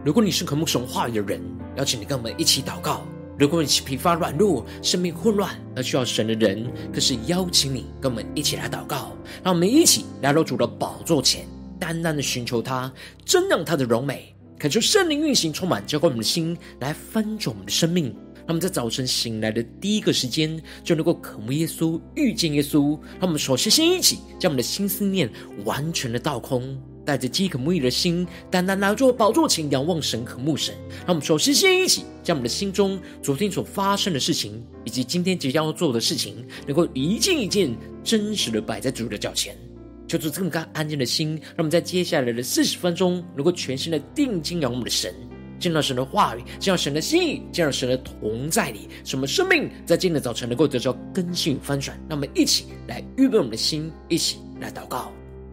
如果你是渴慕神话语的人，邀请你跟我们一起祷告。如果你是疲乏软弱、生命混乱而需要神的人，更是邀请你跟我们一起来祷告。让我们一起来到主的宝座前，单单的寻求他，瞻仰他的荣美，恳求圣灵运行充满，浇灌我们的心，来翻转我们的生命。让我们在早晨醒来的第一个时间，就能够渴慕耶稣，遇见耶稣。让我们首先先一起将我们的心思念完全的倒空，带着饥渴沐浴的心，单单来做宝座前仰望神、渴慕神。让我们首先先一起将我们的心中昨天所发生的事情，以及今天即将要做的事情，能够一件一件真实的摆在主的脚前。求主这么干安静的心，让我们在接下来的40分钟，能够全心的定睛仰望我们的神，见到神的话语，见到神的心意，见到神的同在里，使我们生命在今天的早晨能够得到更新与翻转。让我们一起来预备我们的心，一起来祷告。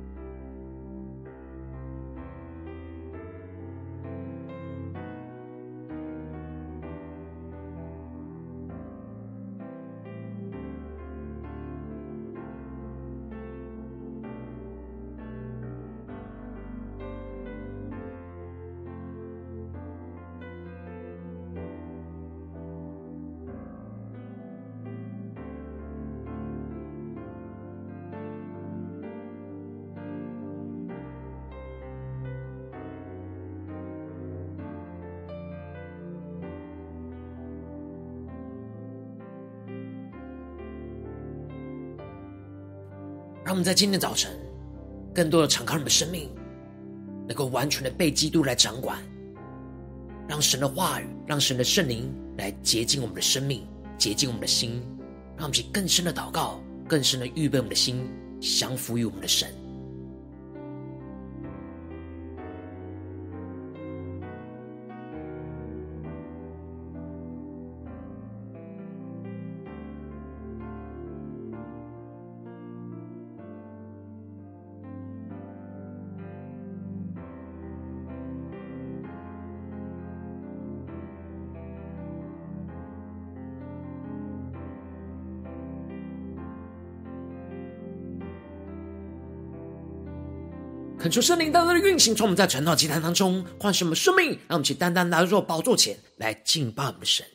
让我们在今天早晨更多的敞开我们的生命，能够完全的被基督来掌管，让神的话语，让神的圣灵来洁净我们的生命，洁净我们的心。让我们去更深的祷告，更深的预备我们的心，降服于我们的神。恳求圣灵单单的运行，从我们在晨祷祭坛当中唤醒我们生命，让我们去单单来到宝座前来敬拜我们的神。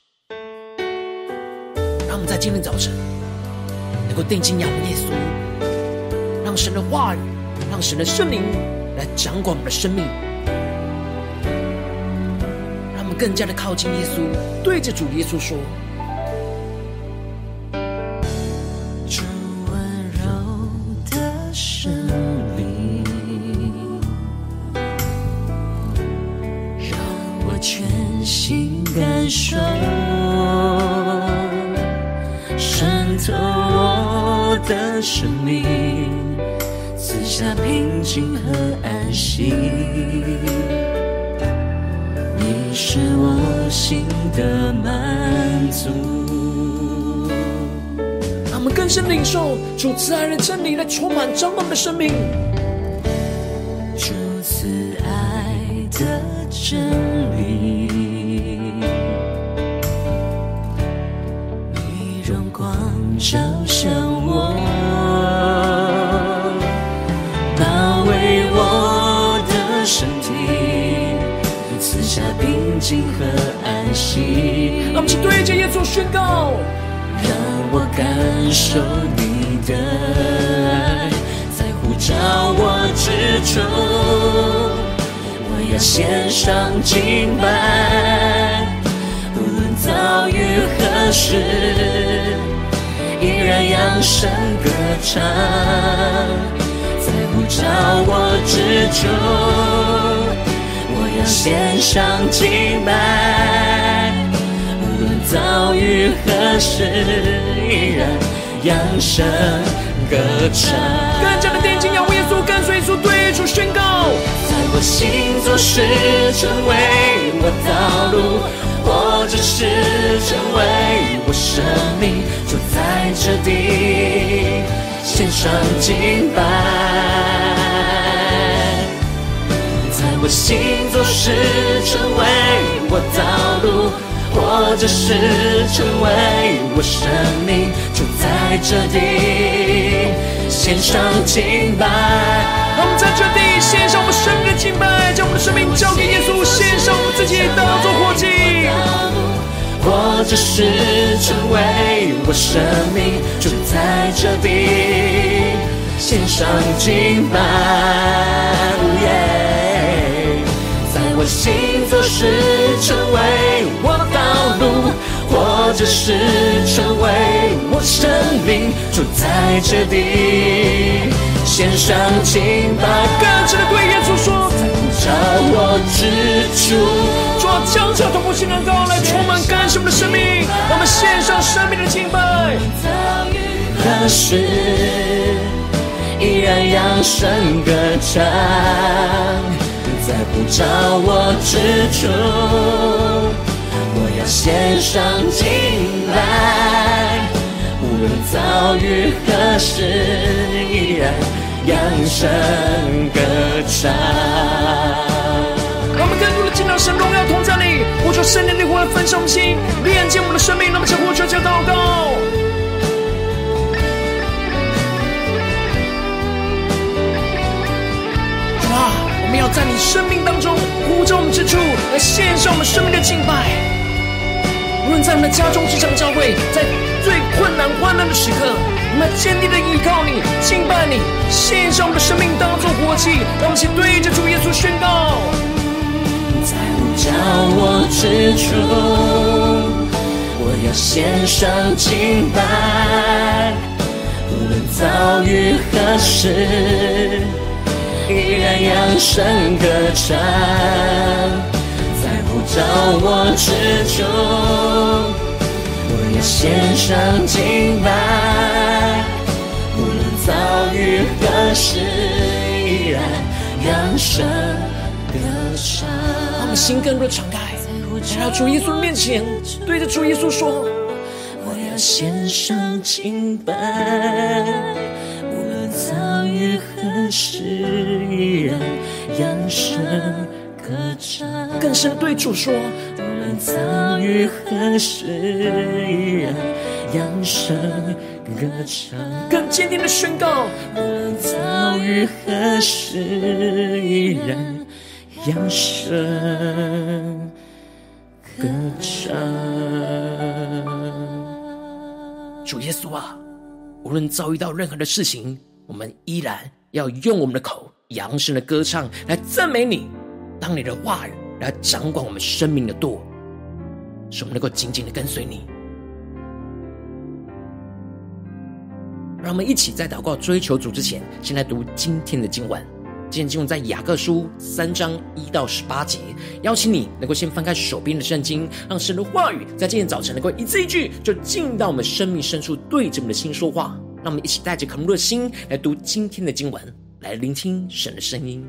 让我们在今天早晨能够定睛仰望耶稣，让神的话语，让神的圣灵来掌管我们的生命，让我们更加的靠近耶稣，对着主耶稣说： 主温柔的圣灵，全心感受，渗透我的生命，赐下平静和安息。你是我心的满足。 让我们更深领受主慈爱的真理来充满掌管我们的生命。 主慈爱的真理，你荣光照向我，包围我的身体，赐下平静和安息。 让我们去对着耶稣宣告， 让我感受你的爱，在呼召我之中。我要献上敬拜，无论遭遇何事，依然扬声歌唱，在呼召我之中。我要献上敬拜，无论遭遇何事，依然扬声歌唱。 更加的定睛仰望耶稣，跟随耶稣，对主宣告， 在我行走时成为我道路，或者是成为我生命，就在这地献上敬拜。在我行走时成为我道路，或者是成为我生命，就在这地献上敬拜。 让我们在这地献上我们生命的敬拜，将我们的生命交给耶稣，献上我们只是成为我生命就在这地献上敬拜。在我行走时成为我道路，或者是成为我生命就在这地献上敬拜。 更深的对耶稣说， 在呼召我之处， 主啊，将这同步性能高来充满感受我们的生命，让我们献上生命的敬拜。 何时依然扬声歌唱，在呼召我之处，我要献上敬拜。无论遭遇何时，依然扬声歌唱。 让我们更多的进到神荣耀同在里，呼求圣灵的火来焚烧我们心，炼净我们的生命。让我们向呼求加祷告。主啊，我们要在你生命当中呼召我们之处，来献上我们生命的敬拜。无论在我们的家中、职场、教会，在最困难、患难的时刻，我们坚定的依靠你、敬拜你，献上我们的生命当作活祭。让我们一起对着主耶稣宣告。 在呼召我之处，我要献上敬拜。无论遭遇何时，依然扬声歌唱。在呼召我之处，我要献上敬拜。无论遭遇何时，依然扬声歌唱。 让我们心更多的敞开，来到主耶稣的面前，对着主耶稣说： 我要献上敬拜，无论遭遇何时，依然扬声歌唱。 更深的对主说： 无论遭遇何时，依然扬声歌唱。 更坚定的宣告： 无论遭遇何时，依然扬声歌唱。 主耶稣啊，无论遭遇到任何的事情，我们依然要用我们的口扬声的歌唱来赞美你，当你的话语来掌管我们生命的舵，使我们能够紧紧的跟随你。让我们一起在祷告追求主之前，先来读今天的经文。今天经文在雅各书3章1到18节，邀请你能够先翻开手边的圣经，让神的话语在今天早晨能够一字一句就进到我们生命深处，对着我们的心说话。让我们一起带着渴慕的心来读今天的经文，来聆听神的声音。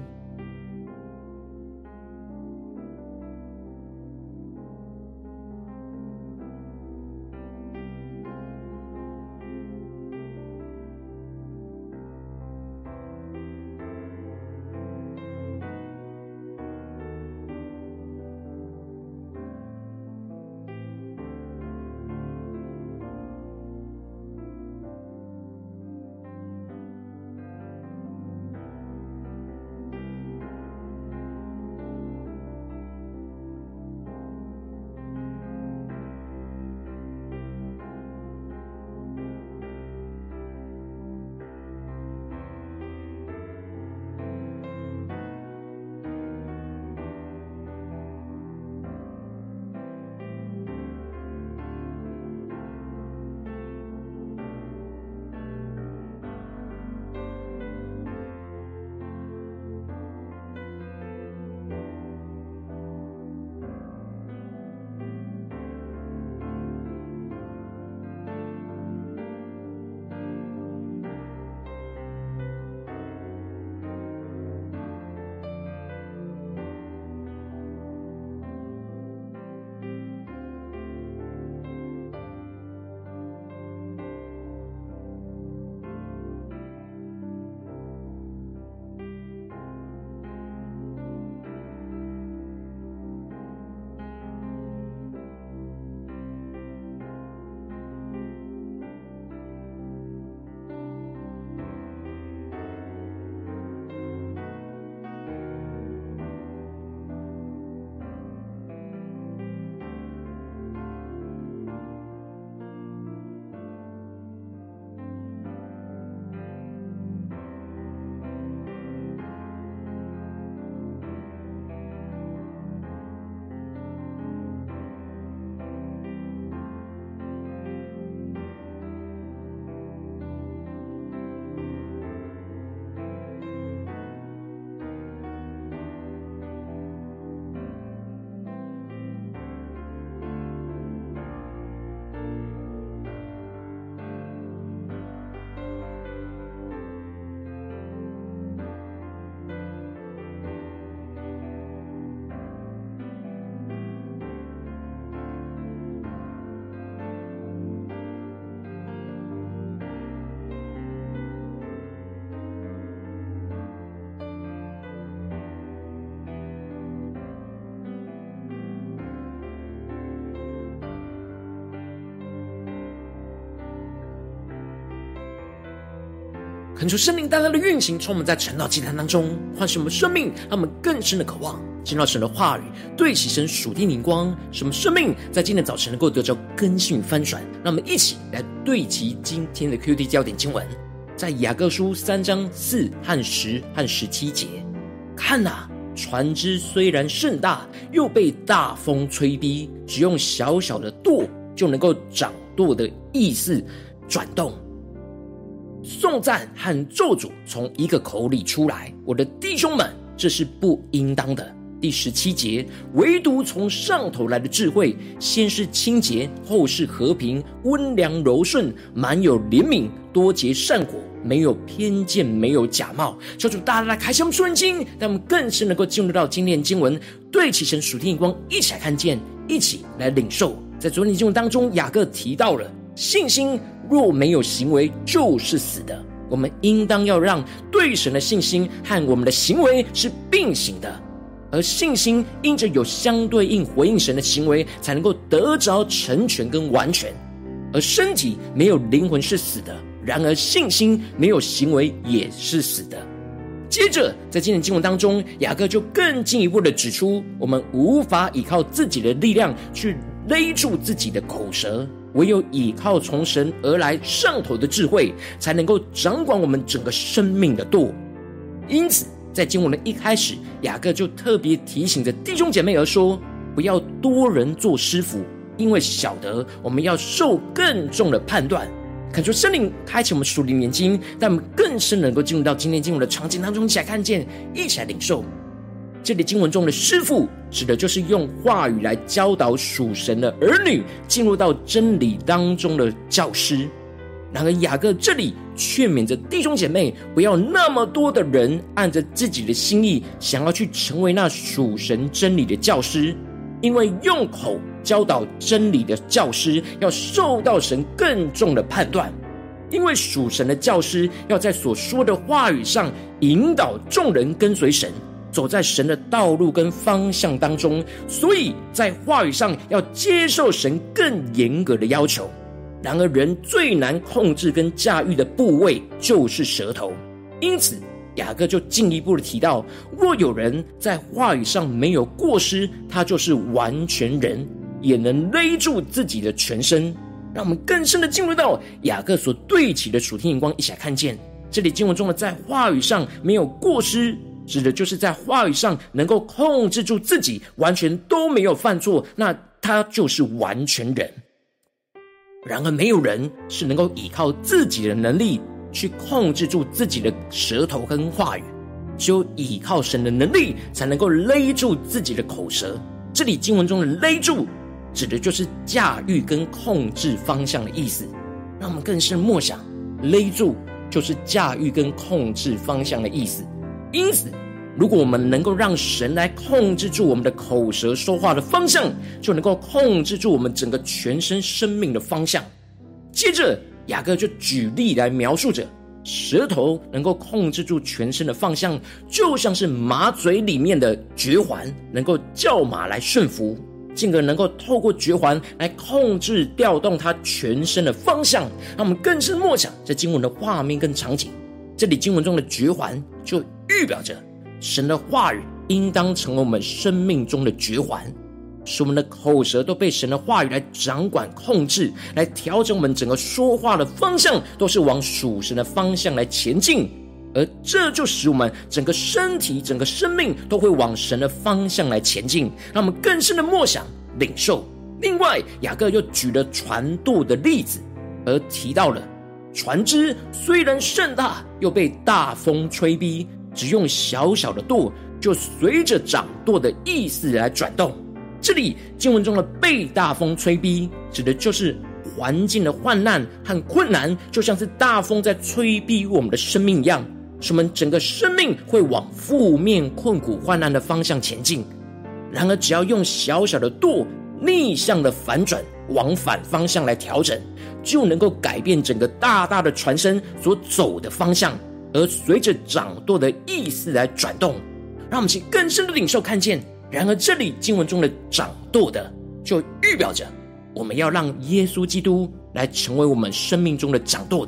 恳求圣灵大大的运行，充满在晨祷祭坛当中，唤醒我们生命，让我们更深的渴望进到神的话语，对齐神属天灵光，使我们生命在今天早晨能够得到更新与翻转。让我们一起来对齐今天的 QT 焦点经文，在雅各书3章4和10和17节。看啊，船只虽然甚大，又被大风吹逼，只用小小的舵就能够掌舵的意思转动。颂赞和咒诅从一个口里出来，我的弟兄们，这是不应当的。第17节，唯独从上头来的智慧，先是清洁，后是和平，温良柔顺，满有怜悯，多结善果，没有偏见，没有假冒。求主大大来开启我们属灵经，让我们更是能够进入到今天的经文，对齐神属天眼光，一起来看见，一起来领受。在昨天的经文当中，雅各提到了信心若没有行为就是死的，我们应当要让对神的信心和我们的行为是并行的，而信心因着有相对应回应神的行为，才能够得着成全跟完全。而身体没有灵魂是死的，然而信心没有行为也是死的。接着在今天的经文当中，雅各就更进一步的指出，我们无法依靠自己的力量去勒住自己的口舌，唯有依靠从神而来上头的智慧，才能够掌管我们整个生命的舵。因此在经文的一开始，雅各就特别提醒着弟兄姐妹而说，不要多人做师傅，因为晓得我们要受更重的判断。恳求圣灵开启我们属灵眼睛，让我们更深能够进入到今天经文的场景当中，一起来看见，一起来领受。这里经文中的师傅指的就是用话语来教导属神的儿女进入到真理当中的教师。然而雅各这里劝勉着弟兄姐妹，不要那么多的人按着自己的心意想要去成为那属神真理的教师，因为用口教导真理的教师要受到神更重的判断。因为属神的教师要在所说的话语上引导众人跟随神，走在神的道路跟方向当中，所以在话语上要接受神更严格的要求。然而人最难控制跟驾驭的部位就是舌头，因此雅各就进一步的提到，若有人在话语上没有过失，他就是完全人，也能勒住自己的全身。让我们更深的进入到雅各所对齐的属天眼光，一起来看见这里经文中的在话语上没有过失，指的就是在话语上能够控制住自己，完全都没有犯错，那他就是完全人。然而没有人是能够依靠自己的能力去控制住自己的舌头跟话语，只有依靠神的能力才能够勒住自己的口舌。这里经文中的勒住指的就是驾驭跟控制方向的意思。让我们更深默想，勒住就是驾驭跟控制方向的意思。因此如果我们能够让神来控制住我们的口舌说话的方向，就能够控制住我们整个全身生命的方向。接着雅各就举例来描述着，舌头能够控制住全身的方向，就像是马嘴里面的绝环能够叫马来顺服，进而能够透过绝环来控制调动它全身的方向。让我们更深默想这经文的画面跟场景。这里经文中的绝环就预表着神的话语应当成为我们生命中的绝环，使我们的口舌都被神的话语来掌管控制，来调整我们整个说话的方向，都是往属神的方向来前进。而这就使我们整个身体整个生命都会往神的方向来前进，让我们更深的默想领受。另外雅各又举了船舵的例子，而提到了船只虽然甚大，又被大风吹逼，只用小小的舵就随着掌舵的意思来转动。这里经文中的被大风吹逼指的就是环境的患难和困难，就像是大风在吹逼我们的生命一样，使我们整个生命会往负面困苦患难的方向前进。然而只要用小小的舵逆向的反转，往反方向来调整，就能够改变整个大大的船身所走的方向，而随着掌舵的意思来转动。让我们去更深的领受看见，然而这里经文中的掌舵的就预表着我们要让耶稣基督来成为我们生命中的掌舵的，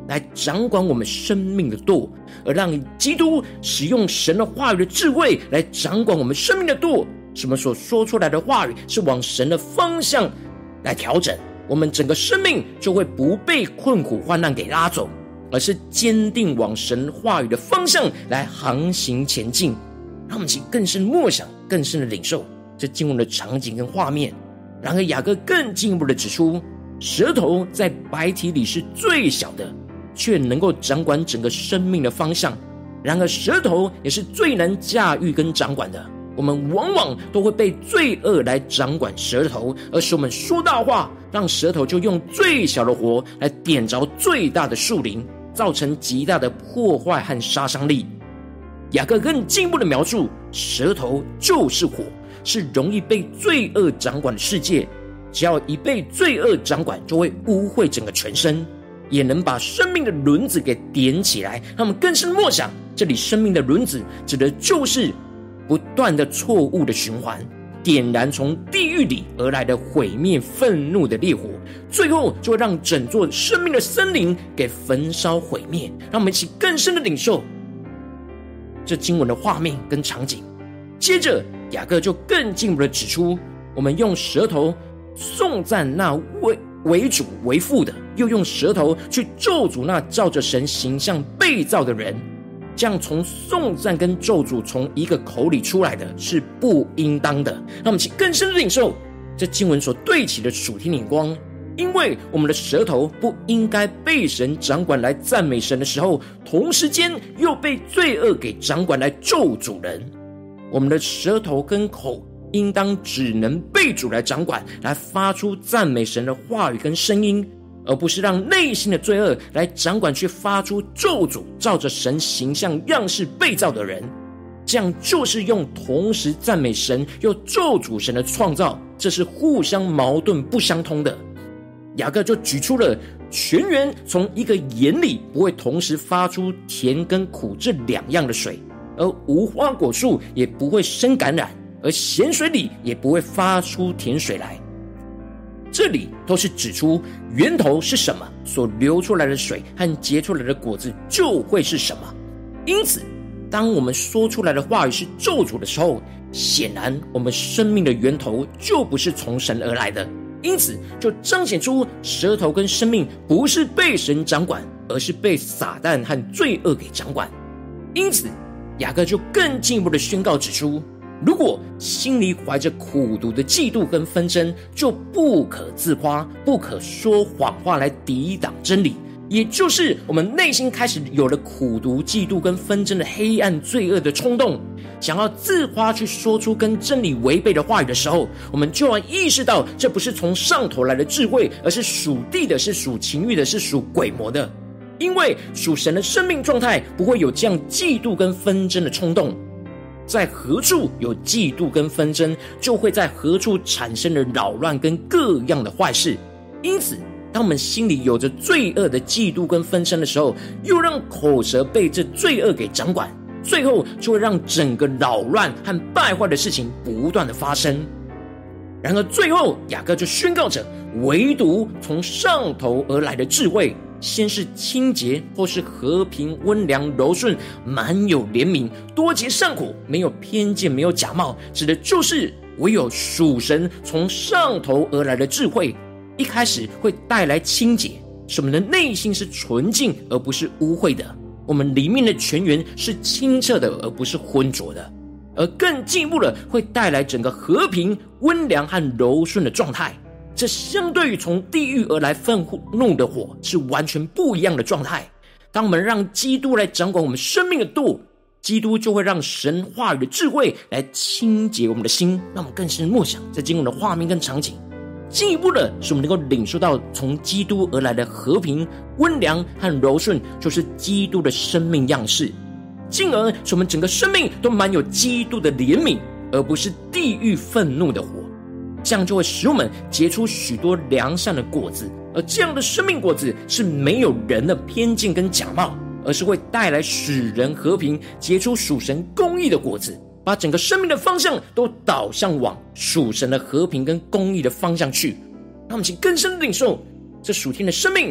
来掌管我们生命的舵，而让基督使用神的话语的智慧来掌管我们生命的舵。什么所说出来的话语是往神的方向来调整，我们整个生命就会不被困苦患难给拉走，而是坚定往神话语的方向来航行前进。让我们更深默想，更深的领受这经文的场景跟画面。然而雅各更进一步的指出，舌头在百体里是最小的，却能够掌管整个生命的方向。然而舌头也是最难驾驭跟掌管的，我们往往都会被罪恶来掌管舌头，而使我们说大话，让舌头就用最小的火来点着最大的树林，造成极大的破坏和杀伤力。雅各更进一步的描述，舌头就是火，是容易被罪恶掌管的世界，只要一被罪恶掌管，就会污秽整个全身，也能把生命的轮子给点起来。让我们更深默想，这里生命的轮子指的就是不断的错误的循环，点燃从地狱里而来的毁灭愤怒的烈火，最后就会让整座生命的森林给焚烧毁灭。让我们一起更深的领受这经文的画面跟场景。接着雅各就更进一步的指出，我们用舌头颂赞那为主为父的，又用舌头去咒诅那照着神形象被造的人，这样从颂赞跟咒诅从一个口里出来的是不应当的。让我们更深的领受这经文所对齐的属天眼光。因为我们的舌头不应该被神掌管来赞美神的时候，同时间又被罪恶给掌管来咒诅人。我们的舌头跟口应当只能被主来掌管，来发出赞美神的话语跟声音，而不是让内心的罪恶来掌管，去发出咒诅照着神形象样式被造的人。这样就是用同时赞美神又咒诅神的创造，这是互相矛盾不相通的。雅各就举出了泉源从一个盐里不会同时发出甜跟苦这两样的水，而无花果树也不会生感染，而咸水里也不会发出甜水来。这里都是指出源头是什么，所流出来的水和结出来的果子就会是什么。因此当我们说出来的话语是咒诅的时候，显然我们生命的源头就不是从神而来的，因此就彰显出舌头跟生命不是被神掌管，而是被撒旦和罪恶给掌管。因此雅各就更进一步的宣告指出，如果心里怀着苦毒的嫉妒跟纷争，就不可自夸，不可说谎话来抵挡真理。也就是我们内心开始有了苦毒、嫉妒跟纷争的黑暗罪恶的冲动，想要自夸去说出跟真理违背的话语的时候，我们就要意识到这不是从上头来的智慧，而是属地的，是属情欲的，是属鬼魔的。因为属神的生命状态不会有这样嫉妒跟纷争的冲动，在何处有嫉妒跟纷争，就会在何处产生了扰乱跟各样的坏事。因此当我们心里有着罪恶的嫉妒跟纷争的时候，又让口舌被这罪恶给掌管，最后就会让整个扰乱和败坏的事情不断的发生。然而最后雅各就宣告着，唯独从上头而来的智慧，先是清洁，或是和平、温良、柔顺，满有怜悯，多结善果，没有偏见，没有假冒，指的就是唯有属神从上头而来的智慧，一开始会带来清洁，使我们的内心是纯净而不是污秽的，我们里面的泉源是清澈的而不是浑浊的，而更进一步的会带来整个和平、温良和柔顺的状态。这相对于从地狱而来愤怒的火是完全不一样的状态。当我们让基督来掌管我们生命的舵，基督就会让神话语的智慧来清洁我们的心，让我们更深默想在经文的画面跟场景，进一步的使我们能够领受到从基督而来的和平、温良和柔顺，就是基督的生命样式，进而使我们整个生命都满有基督的怜悯，而不是地狱愤怒的火。这样就会使我们结出许多良善的果子，而这样的生命果子是没有人的偏见跟假冒，而是会带来使人和平，结出属神公义的果子，把整个生命的方向都导向往属神的和平跟公义的方向去。让我们请更深的领受这属天的生命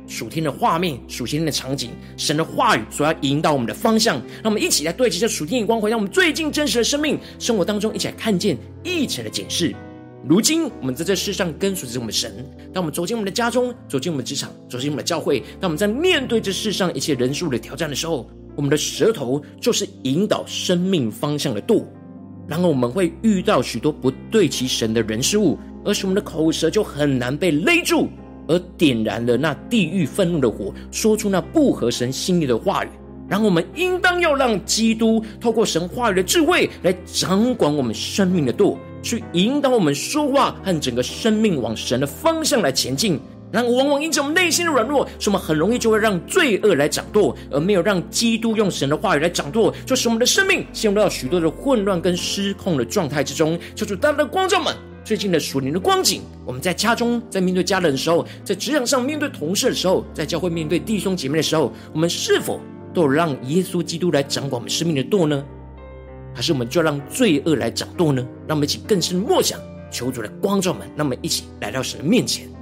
属天的画面、属天的场景，神的话语所要引导我们的方向。让我们一起来对齐这属天眼光，回到我们最近真实的生命生活当中，一起来看见，一起来检视。如今我们在这世上跟随着我们的神，当我们走进我们的家中，走进我们的职场，走进我们的教会，当我们在面对这世上一切人数的挑战的时候，我们的舌头就是引导生命方向的舵。然后我们会遇到许多不对齐神的人事物，而使我们的口舌就很难被勒住，而点燃了那地狱愤怒的火，说出那不合神心意的话语。然后我们应当要让基督透过神话语的智慧来掌管我们生命的舵，去引导我们说话和整个生命往神的方向来前进。然而往往因着我们内心的软弱，使我们很容易就会让罪恶来掌舵，而没有让基督用神的话语来掌舵，就使我们的生命陷入到许多的混乱跟失控的状态之中。求主大大的光照们最近的属灵的光景，我们在家中，在面对家人的时候，在职场上面对同事的时候，在教会面对弟兄姐妹的时候，我们是否都有让耶稣基督来掌管我们生命的舵呢？还是我们就让罪恶来掌舵呢？让我们一起更深默想，求主的光照们，让我们一起来到神的面前。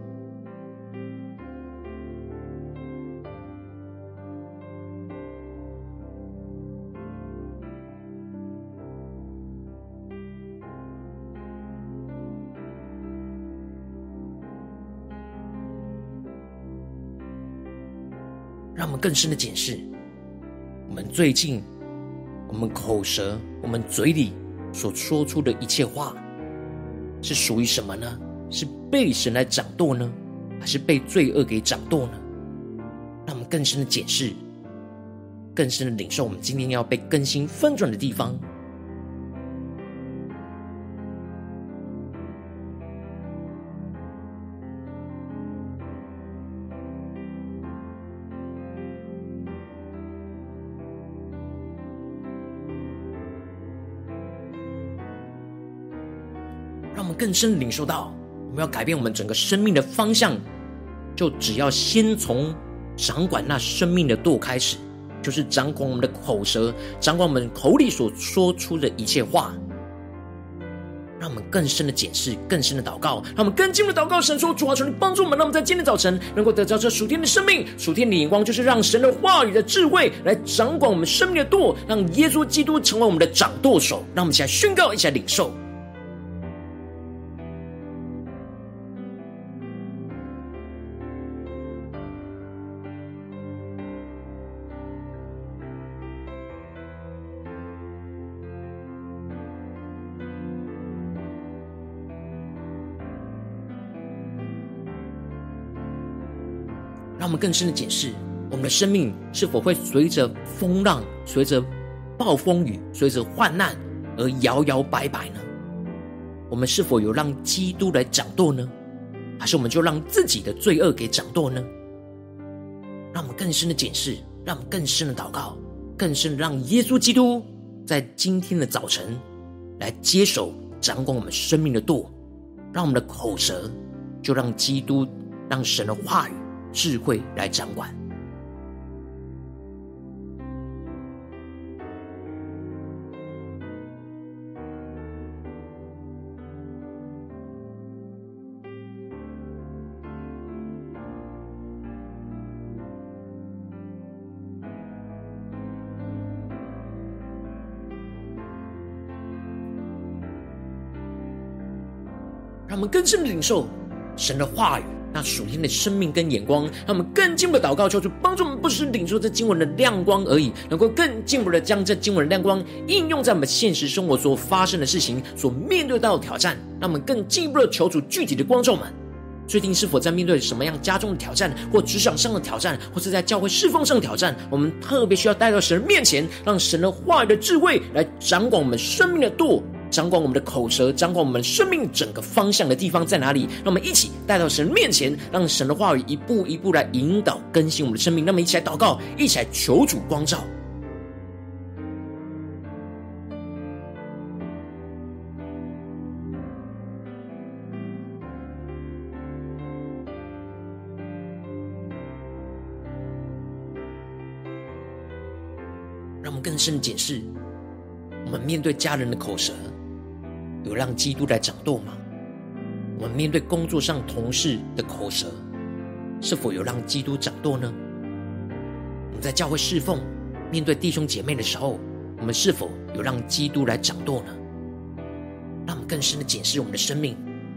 让我们更深的检视，我们最近我们口舌、我们嘴里所说出的一切话，是属于什么呢？是被神来掌舵呢，还是被罪恶给掌舵呢？让我们更深的检视，更深的领受我们今天要被更新翻转的地方。让我们更深领受到，我们要改变我们整个生命的方向，就只要先从掌管那生命的舵开始，就是掌管我们的口舌，掌管我们口里所说出的一切话。让我们更深的检视，更深的祷告，让我们更进入的祷告。神说：主啊，求你帮助我们，让我们在今天早晨能够得着这属天的生命、属天的眼光，就是让神的话语的智慧来掌管我们生命的舵，让耶稣基督成为我们的掌舵手。让我们一起来宣告，一起来领受。让我们更深的检视，我们的生命是否会随着风浪、随着暴风雨、随着患难而摇摇摆摆呢？我们是否有让基督来掌舵呢？还是我们就让自己的罪恶给掌舵呢？让我们更深的检视，让我们更深的祷告，更深的让耶稣基督在今天的早晨来接手掌管我们生命的舵，让我们的口舌就让基督、让神的话语智慧来掌管。让我们更深的领受神的话语，那属天的生命跟眼光，让我们更进一步的祷告，求主帮助我们，不是领受这经文的亮光而已，能够更进一步的将这经文的亮光应用在我们现实生活所发生的事情、所面对到的挑战，让我们更进一步的求主具体的光照们。最近是否在面对什么样家中的挑战，或职场上的挑战，或是在教会侍奉上的挑战，我们特别需要带到神面前，让神的话语的智慧来掌管我们生命的舵，掌管我们的口舌，掌管我们生命整个方向的地方在哪里？让我们一起带到神面前，让神的话语一步一步来引导更新我们的生命。让我们一起来祷告，一起来求主光照。让我们更深的检视，我们面对家人的口舌有让基督来掌舵吗？我们面对工作上同事的口舌是否有让基督掌舵呢？我们在教会侍奉，面对弟兄姐妹的时候，我们是否有让基督来掌舵呢？让我们更深的检视我们的生命。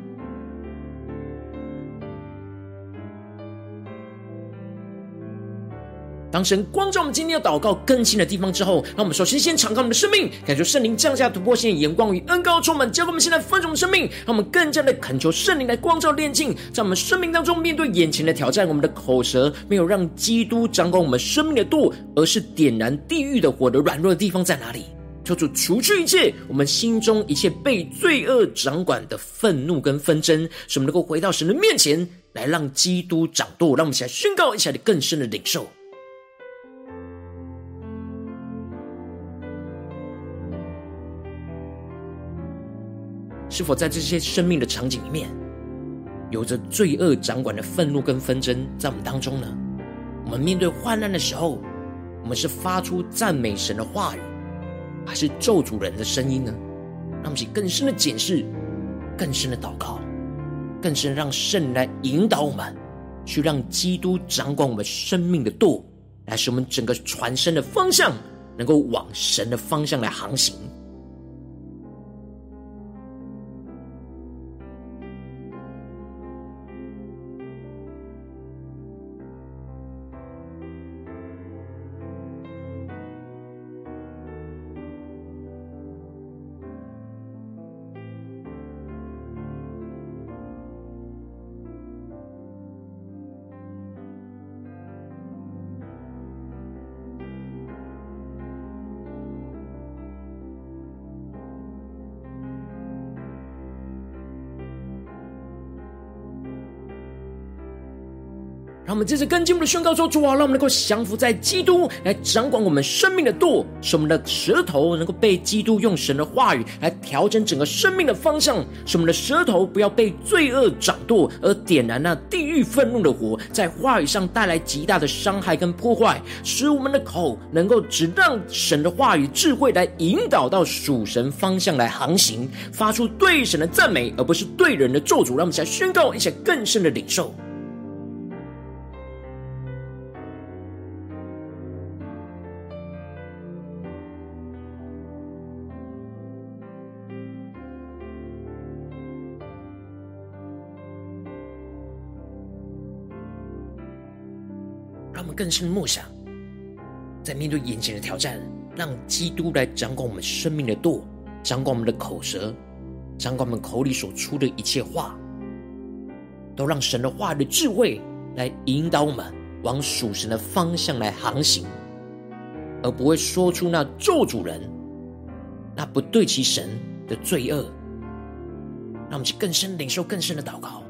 当神光照我们今天要祷告更新的地方之后，让我们首先敞开我们的生命，感受圣灵降下突破性的眼光与恩膏充满，交给我们现在丰盛的生命，让我们更加的恳求圣灵来光照炼净，在我们生命当中面对眼前的挑战，我们的口舌没有让基督掌管我们生命的舵，而是点燃地狱的火的软弱的地方在哪里？求主除去一切我们心中一切被罪恶掌管的愤怒跟纷争，使我们能够回到神的面前来让基督掌舵。让我们一起来宣告，一起来更深的领受。是否在这些生命的场景里面，有着罪恶掌管的愤怒跟纷争在我们当中呢？我们面对患难的时候，我们是发出赞美神的话语，还是咒诅人的声音呢？让我们一起更深的检视，更深的祷告，更深让圣灵来引导我们，去让基督掌管我们生命的舵，来使我们整个船身的方向能够往神的方向来航行。让我们接着更进一步的宣告说，主啊，让我们能够降服在基督来掌管我们生命的舵，使我们的舌头能够被基督用神的话语来调整整个生命的方向，使我们的舌头不要被罪恶掌舵，而点燃那地狱愤怒的火，在话语上带来极大的伤害跟破坏，使我们的口能够只让神的话语智慧来引导到属神方向来航行，发出对神的赞美，而不是对人的咒诅。让我们一起来宣告，一起来更深的领受。让我们更深默想，在面对眼前的挑战，让基督来掌管我们生命的舵，掌管我们的口舌，掌管我们口里所出的一切话，都让神的话语的智慧来引导我们往属神的方向来航行，而不会说出那咒诅人、那不对齐神的罪恶。让我们去更深领受更深的祷告。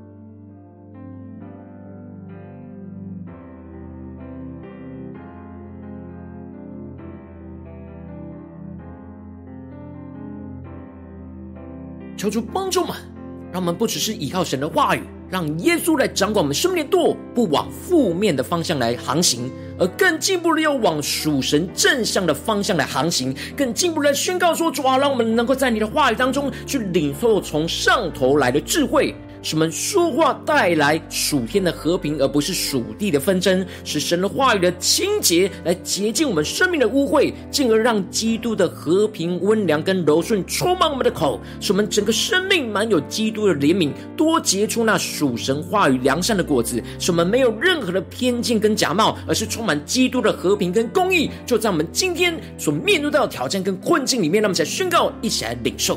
求主帮助我们，让我们不只是依靠神的话语，让耶稣来掌管我们生命的舵，不往负面的方向来航行，而更进一步的要往属神正向的方向来航行，更进一步的宣告说，主啊，让我们能够在你的话语当中去领受从上头来的智慧，使我们说话带来属天的和平，而不是属地的纷争，使神的话语的清洁来洁净我们生命的污秽，进而让基督的和平、温良跟柔顺充满我们的口，使我们整个生命满有基督的怜悯，多结出那属神话语良善的果子，使我们没有任何的偏见跟假冒，而是充满基督的和平跟公义。就在我们今天所面对到的挑战跟困境里面，让我们一起来宣告，一起来领受。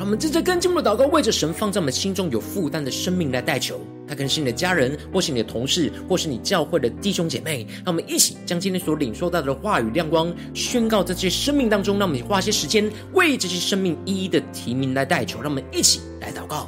让我们正在更进一步的祷告，为着神放在我们心中有负担的生命来代求。他可能是你的家人，或是你的同事，或是你教会的弟兄姐妹。让我们一起将今天所领受到的话语亮光宣告在这些生命当中。让我们花些时间为这些生命一一的提名来代求。让我们一起来祷告。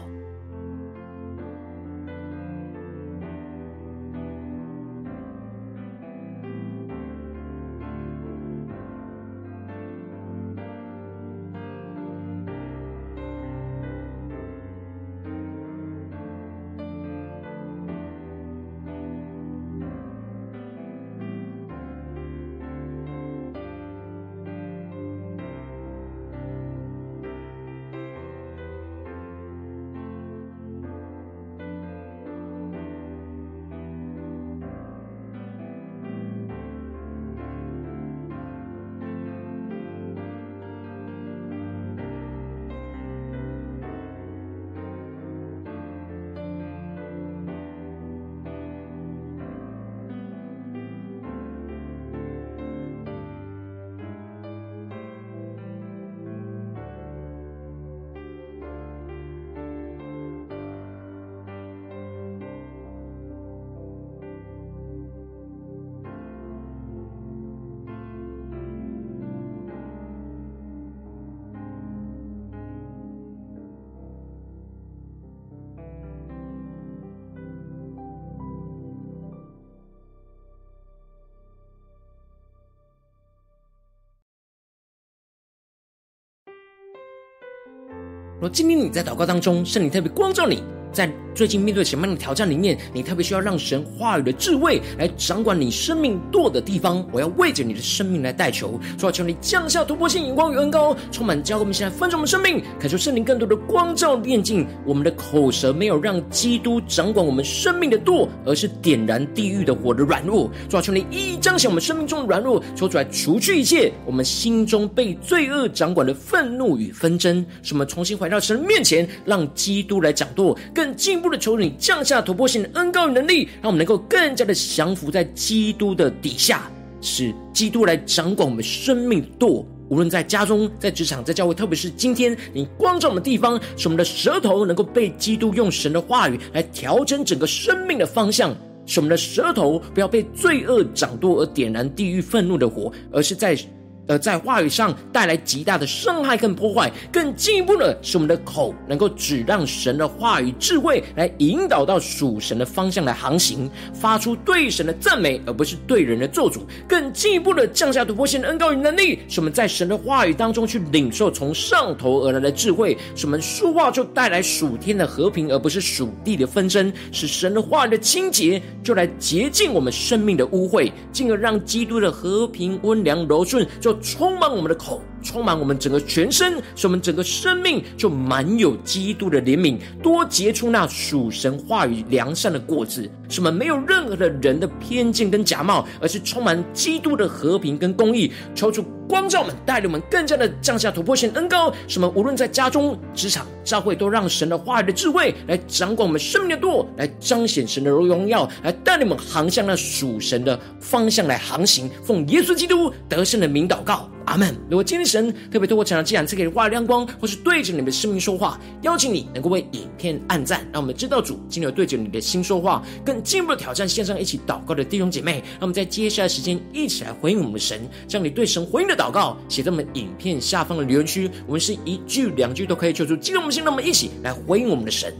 若今天你在祷告当中，圣灵特别光照你，在最近面对什么样的挑战里面，你特别需要让神话语的智慧来掌管你生命舵的地方，我要为着你的生命来代求，说求你降下突破性眼光与恩膏，充满教会我们现在分盛我们生命，恳求圣灵更多的光照炼净我们的口舌，没有让基督掌管我们生命的舵，而是点燃地狱的火的软弱。说求你一一彰显我们生命中的软弱，说出来除去一切我们心中被罪恶掌管的愤怒与纷争，使我们重新回到神面前，让基督来掌舵，更进一步的求你降下突破性的恩膏与能力，让我们能够更加的降服在基督的底下，使基督来掌管我们生命的舵。无论在家中、在职场、在教会，特别是今天你光照我们的地方，使我们的舌头能够被基督用神的话语来调整整个生命的方向，使我们的舌头不要被罪恶掌舵而点燃地狱愤怒的火，而是在话语上带来极大的伤害跟破坏，更进一步的使我们的口能够只让神的话语智慧来引导到属神的方向来航行，发出对神的赞美，而不是对人的咒诅，更进一步的降下突破性的恩膏与能力，使我们在神的话语当中去领受从上头而来的智慧，使我们说话就带来属天的和平，而不是属地的纷争，使神的话语的清洁就来洁净我们生命的污秽，进而让基督的和平温良柔顺就充满我们的口，充满我们整个全身，使我们整个生命就满有基督的怜悯，多结出那属神话语良善的果子，使我们没有任何的人的偏见跟假冒，而是充满基督的和平跟公义。求主光照我们，带领我们更加的降下突破性恩膏，使我们无论在家中、职场、教会，都让神的话语的智慧来掌管我们生命的舵，来彰显神的荣耀，来带领我们航向那属神的方向来航行。奉耶稣基督得胜的名祷告，阿们。如果今天神特别透过这场既然赐给话语亮光，或是对着你们的生命说话，邀请你能够为影片按赞，让我们知道主今天有对着你的心说话，更进一步的挑战线上一起祷告的弟兄姐妹，让我们在接下来的时间一起来回应我们的神，将你对神回应的祷告写在我们影片下方的留言区，我们是一句两句都可以求出激动我们的心，让我们一起来回应我们的神。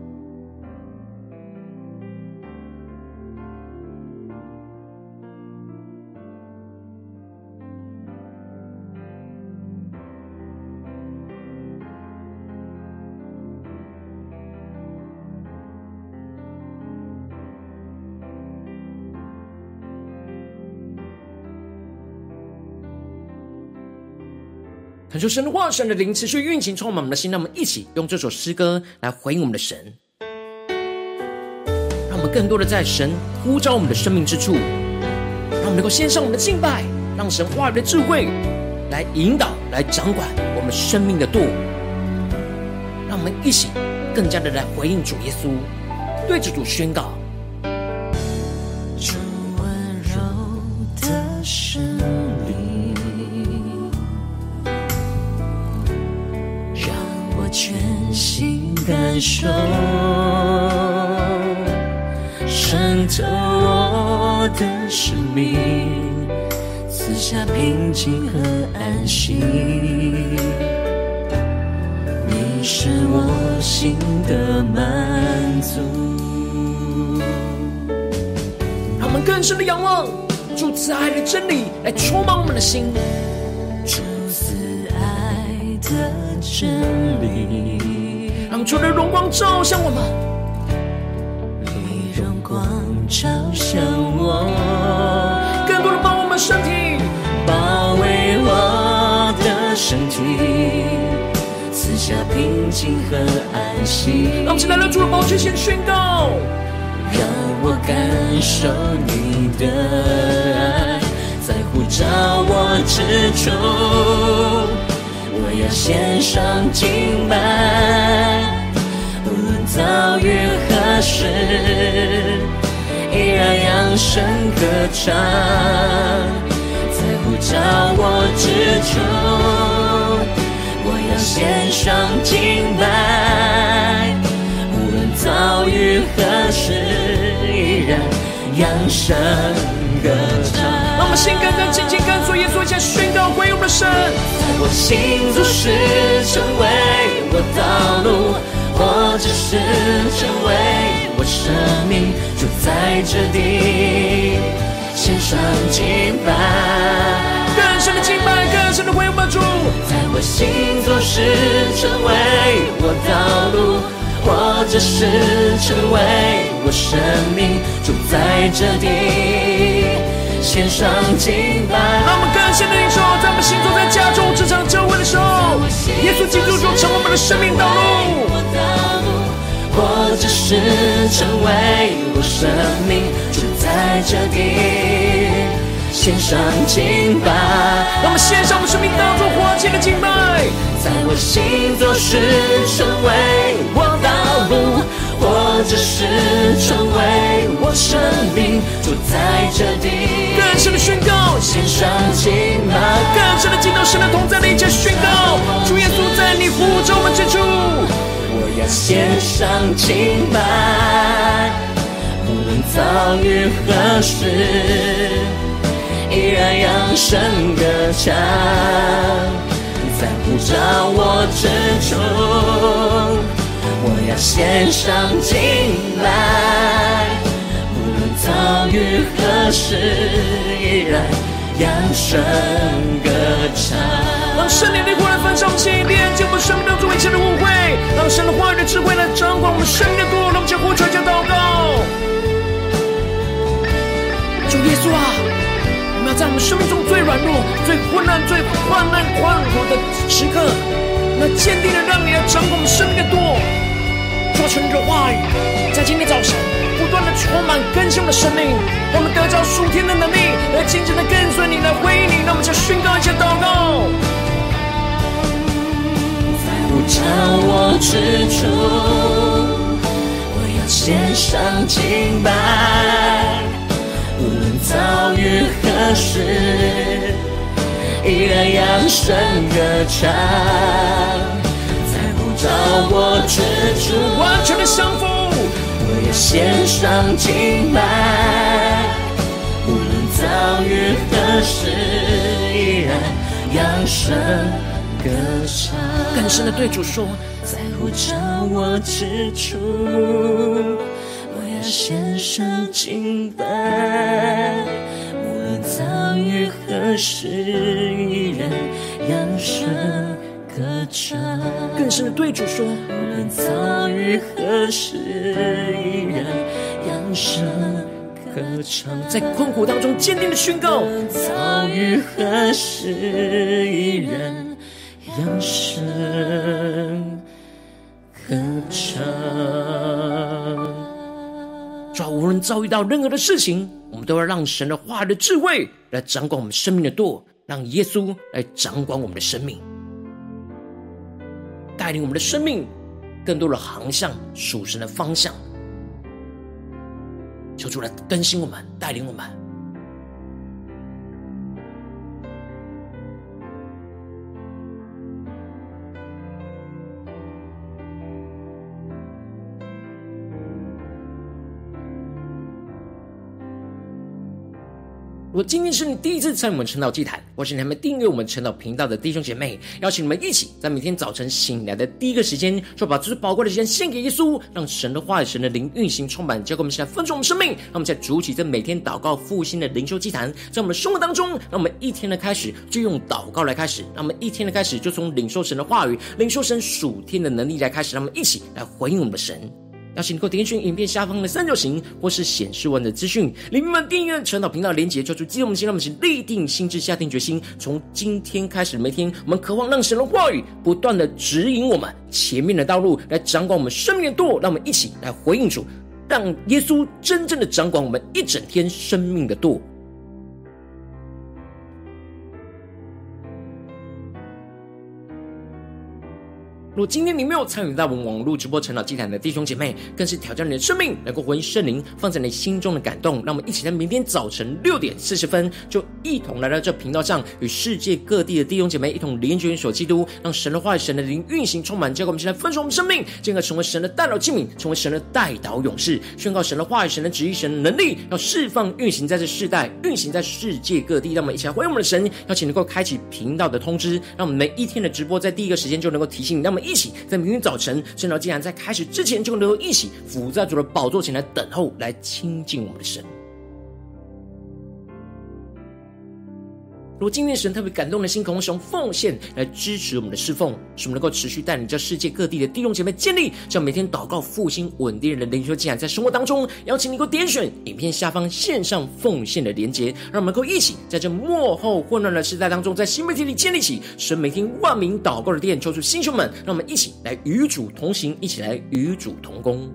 恳求神的话、神的灵持续运行充满我们的心，让我们一起用这首诗歌来回应我们的神，让我们更多的在神呼召我们的生命之处，让我们能够献上我们的敬拜，让神话语的智慧来引导、来掌管我们生命的舵，让我们一起更加的来回应主耶稣，对着主宣告： 主温柔的生命，让我去感受，渗透我的生命，赐下平静和安息。你是我心的满足。 让我们更深的仰望主慈爱的真理来充满我们的心。 主慈爱的真理， 让主的荣光照向我们， 你荣光照向我， 更多的把我们身体包围我的身体，赐下平静和安息。 让我们一起来到主的宝座前宣告， 让我感受你的爱，在呼召我之处，我要献上敬拜，无论遭遇何时，依然扬声歌唱，在呼召我之处，我要献上敬拜，无论遭遇何时，依然扬声歌唱。 让我们心更紧紧跟随耶稣，一起宣告归我们的神。 在我心做事成为我道路，或者是成为我生命，就在这地献上敬拜， 更深的敬拜，更深的为我们主。 在我心做事成为我道路，或者是成为我生命，就在这地献上敬拜。 让我们更深的领受，在我们行走在家中、职场、教会的时候，耶稣基督就成为我们的生命道路， 或者是成为我生命，就在这地献上敬拜。 让我们献上我们生命当中活祭的敬拜， 在我心做事成为我道路，或者是成为我生命，就在这地更深的宣告， 献上敬拜， 更深的进到神的同在的一切宣告。主耶稣在你呼召我们之处， 我要献上敬拜，无论遭遇何时，依然扬声歌唱，在呼召我之处，我要献上敬拜，无论遭遇何时，依然扬声歌唱。 让圣灵的火来焚烧我们心，连接我们生命当中一切的误会，让神的话语的智慧来掌管我们生命的道路。让我们将呼求、将祷告。主耶稣啊，我们要在我们生命中最软弱、最混乱、最患难困苦的时刻，那坚定的让你来掌管我们生命的舵，抓住你的话语，在今天早晨不断的充满更新我们的生命，让我们得着属天的能力，来紧紧的跟随你，来回应你。让我们将宣告一切祷告。 在呼召我之处，我要献上敬拜，无论遭遇何时，依然扬声歌唱，在呼召我之处完全的降服， 我要献上敬拜，无论遭遇何时，依然扬声歌唱。 更深的对主说， 在呼召我之处，我要献上敬拜，无论遭遇何时，依然扬声歌唱。 更深的对主说， 无论遭遇何时，依然扬声歌唱。 在困苦当中坚定的宣告， 遭遇何时，依然扬声歌唱。 主啊，无论遭遇到任何的事情，我们都要让神的话语的智慧来掌管我们生命的舵，让耶稣来掌管我们的生命，带领我们的生命更多的航向属神的方向。求主来更新我们，带领我们。 如果今天是你第一次参与我们晨祷祭坛，或是你还没订阅我们晨祷频道的弟兄姐妹，邀请你们一起在每天早晨醒来的第一个时间，就把最宝贵的时间献给耶稣，让神的话语、神的灵运行充满，交给我们现在分盛我们生命。让我们在主起这每天祷告复兴的灵修祭坛，在我们的生活当中，让我们一天的开始就用祷告来开始，让我们一天的开始就从领受神的话语、领受神属天的能力来开始，让我们一起来回应我们的神。邀请你能够点选影片下方的三角形，或是显示文的资讯，里面们订阅晨祷频道的连结，就激动我们心，让我们是立定心志，下定决心，从今天开始每天，我们渴望让神的话语不断的指引我们前面的道路，来掌管我们生命的舵。让我们一起来回应主，让耶稣真正的掌管我们一整天生命的舵。如果今天你没有参与到我们网络直播晨祷祭坛的弟兄姐妹，更是挑战你的生命，能够回应圣灵放在你心中的感动。让我们一起在明天早晨6:40，就一同来到这频道上，与世界各地的弟兄姐妹一同联结元首基督，让神的话语、神的灵运行充满，交给我们现在分盛我们生命，进而成为神的代祷器皿，成为神的代祷勇士，宣告神的话语、神的旨意、神的能力，要释放运行在这世代，运行在世界各地。让我们一起来回应我们的神，邀请能够开启频道的通知，让我们每一天的直播在第一个时间就能够提醒你，让我们一起在明天早晨晨祷祭坛在开始之前，就能够一起伏在主的宝座前来等候，来亲近我们的神。如果今天神特别感动的心，渴望使用奉献来支持我们的侍奉，使我们能够持续带领这世界各地的弟兄姐妹建立这样每天祷告复兴稳定的灵修祭坛，在生活当中邀请你能够点选影片下方线上奉献的连结，让我们能够一起在这末后混乱的时代当中，在新媒体里建立起神每天万名祷告的殿。求主弟兄们，让我们一起来与主同行，一起来与主同工。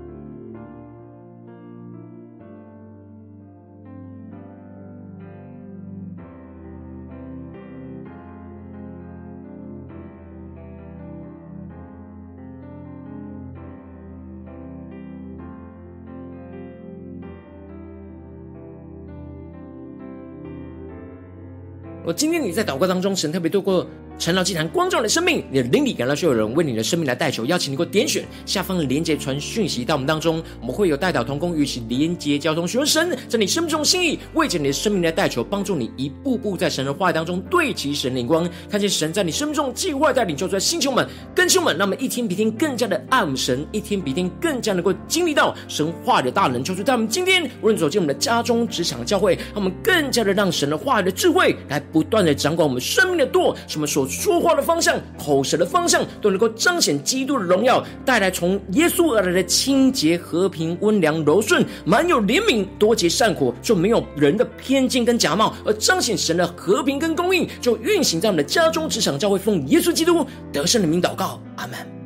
今天你在祷告当中，神特别透过晨祷祭坛光照你的生命，你的灵里感到是有人为你的生命来代求，邀请你能够点选下方的连结传讯息到我们当中，我们会有代祷同工与其连结交通，寻求神在你生命中的心意，为着你的生命来代求，帮助你一步步在神的话语当中对齐神的眼光，看见神在你生命中计划带领，就在星球们更新们，让我们一天比一天更加的爱我们神，一天比一天更加能够经历到神话语的大能。求主在我们今天无论走进我们的家中、职场、教会，让我们更加的让神的话语的智慧来不断的掌管我们生命的舵，使我们所说话的方向、口舌的方向都能够彰显基督的荣耀，带来从耶稣而来的清洁、和平、温良、柔顺，满有怜悯、多结善果，就没有人的偏见跟假冒，而彰显神的和平跟公义，就运行在我们的家中、职场、教会，奉耶稣基督得胜的名祷告，阿们。